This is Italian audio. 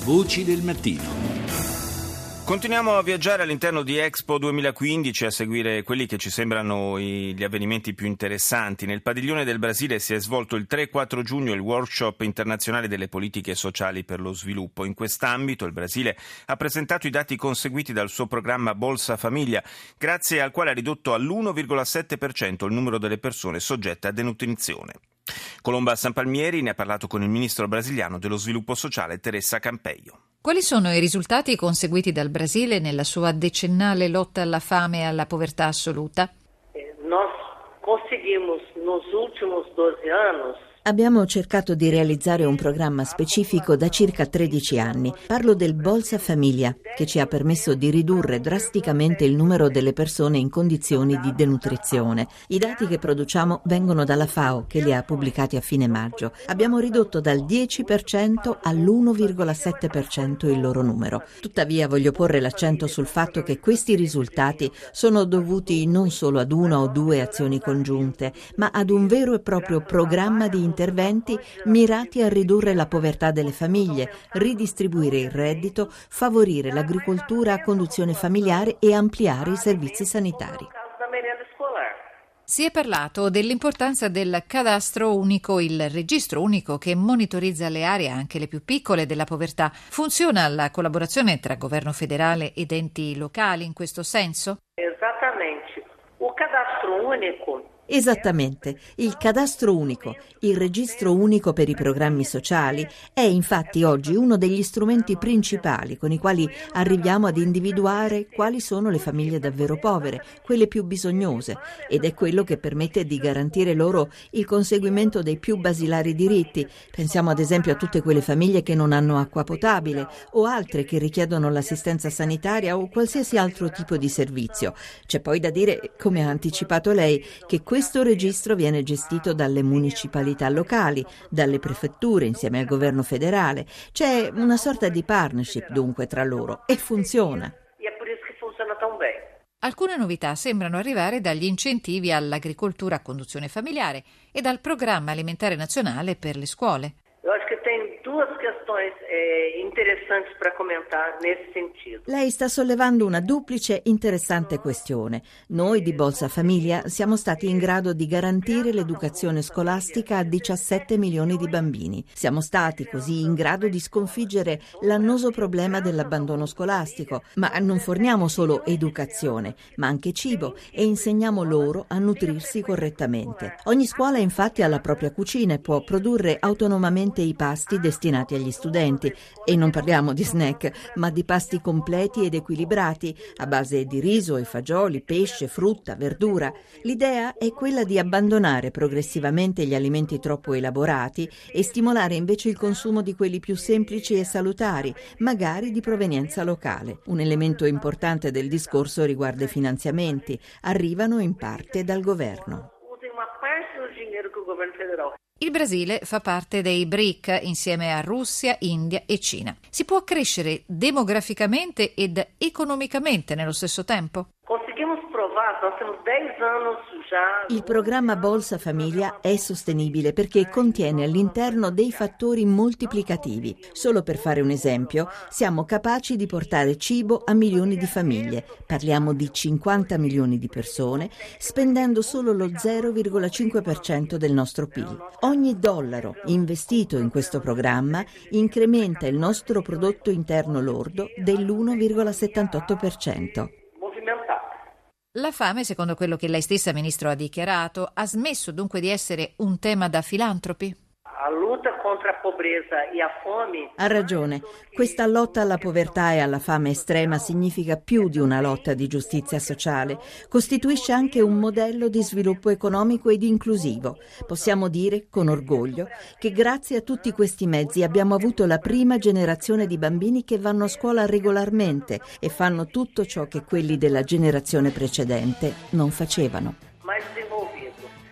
Voci del mattino. Continuiamo a viaggiare all'interno di Expo 2015 a seguire quelli che ci sembrano gli avvenimenti più interessanti. Nel padiglione del Brasile si è svolto il 3 e 4 giugno il workshop internazionale delle politiche sociali per lo sviluppo. In quest'ambito il Brasile ha presentato i dati conseguiti dal suo programma Bolsa Famiglia, grazie al quale ha ridotto all'1,7% il numero delle persone soggette a denutrizione. Colomba Sampalmieri ne ha parlato con il ministro brasiliano dello sviluppo sociale Teresa Campello. Quali sono i risultati conseguiti dal Brasile nella sua decennale lotta alla fame e alla povertà assoluta? Nós conseguimos nos últimos 12 anos. Abbiamo cercato di realizzare un programma specifico da circa 13 anni. Parlo del Bolsa Famiglia, che ci ha permesso di ridurre drasticamente il numero delle persone in condizioni di denutrizione. I dati che produciamo vengono dalla FAO, che li ha pubblicati a fine maggio. Abbiamo ridotto dal 10% all'1,7% il loro numero. Tuttavia voglio porre l'accento sul fatto che questi risultati sono dovuti non solo ad una o due azioni congiunte, ma ad un vero e proprio programma di interventi mirati a ridurre la povertà delle famiglie, ridistribuire il reddito, favorire l'agricoltura a conduzione familiare e ampliare i servizi sanitari. Si è parlato dell'importanza del cadastro unico, il registro unico che monitorizza le aree, anche le più piccole, della povertà. Funziona la collaborazione tra governo federale ed enti locali in questo senso? Esattamente. O cadastro unico. Esattamente, il cadastro unico, il registro unico per i programmi sociali, è infatti oggi uno degli strumenti principali con i quali arriviamo ad individuare quali sono le famiglie davvero povere, quelle più bisognose, ed è quello che permette di garantire loro il conseguimento dei più basilari diritti. Pensiamo ad esempio a tutte quelle famiglie che non hanno acqua potabile o altre che richiedono l'assistenza sanitaria o qualsiasi altro tipo di servizio. C'è poi da dire, come ha anticipato lei, che questo registro viene gestito dalle municipalità locali, dalle prefetture insieme al governo federale. C'è una sorta di partnership dunque tra loro e funziona. E è per questo che funziona tan bene. Alcune novità sembrano arrivare dagli incentivi all'agricoltura a conduzione familiare e dal programma alimentare nazionale per le scuole. Eu acho che tem duas questões interessanti para comentar nesse sentido. Lei sta sollevando una duplice interessante questione. Noi di Bolsa Famiglia siamo stati in grado di garantire l'educazione scolastica a 17 milioni di bambini. Siamo stati così in grado di sconfiggere l'annoso problema dell'abbandono scolastico, ma non forniamo solo educazione, ma anche cibo e insegniamo loro a nutrirsi correttamente. Ogni scuola infatti ha la propria cucina e può produrre autonomamente i pasti destinati agli studenti, e non parliamo di snack, ma di pasti completi ed equilibrati a base di riso e fagioli, pesce, frutta, verdura. L'idea è quella di abbandonare progressivamente gli alimenti troppo elaborati e stimolare invece il consumo di quelli più semplici e salutari, magari di provenienza locale. Un elemento importante del discorso riguarda i finanziamenti. Arrivano in parte dal governo. Usem uma parte do dinheiro che il governo federal. Il Brasile fa parte dei BRIC insieme a Russia, India e Cina. Si può crescere demograficamente ed economicamente nello stesso tempo? Conseguimos provar, nós temos 10 anos já. Il programma Bolsa Famiglia è sostenibile perché contiene all'interno dei fattori moltiplicativi. Solo per fare un esempio, siamo capaci di portare cibo a milioni di famiglie. Parliamo di 50 milioni di persone, spendendo solo lo 0,5% del nostro PIL. Ogni dollaro investito in questo programma incrementa il nostro prodotto interno lordo dell'1,78%. La fame, secondo quello che lei stessa, Ministro, ha dichiarato, ha smesso dunque di essere un tema da filantropi? A luta contra a pobreza e a fome. Ha ragione. Questa lotta alla povertà e alla fame estrema significa più di una lotta di giustizia sociale. Costituisce anche un modello di sviluppo economico ed inclusivo. Possiamo dire, con orgoglio, che grazie a tutti questi mezzi abbiamo avuto la prima generazione di bambini che vanno a scuola regolarmente e fanno tutto ciò che quelli della generazione precedente non facevano.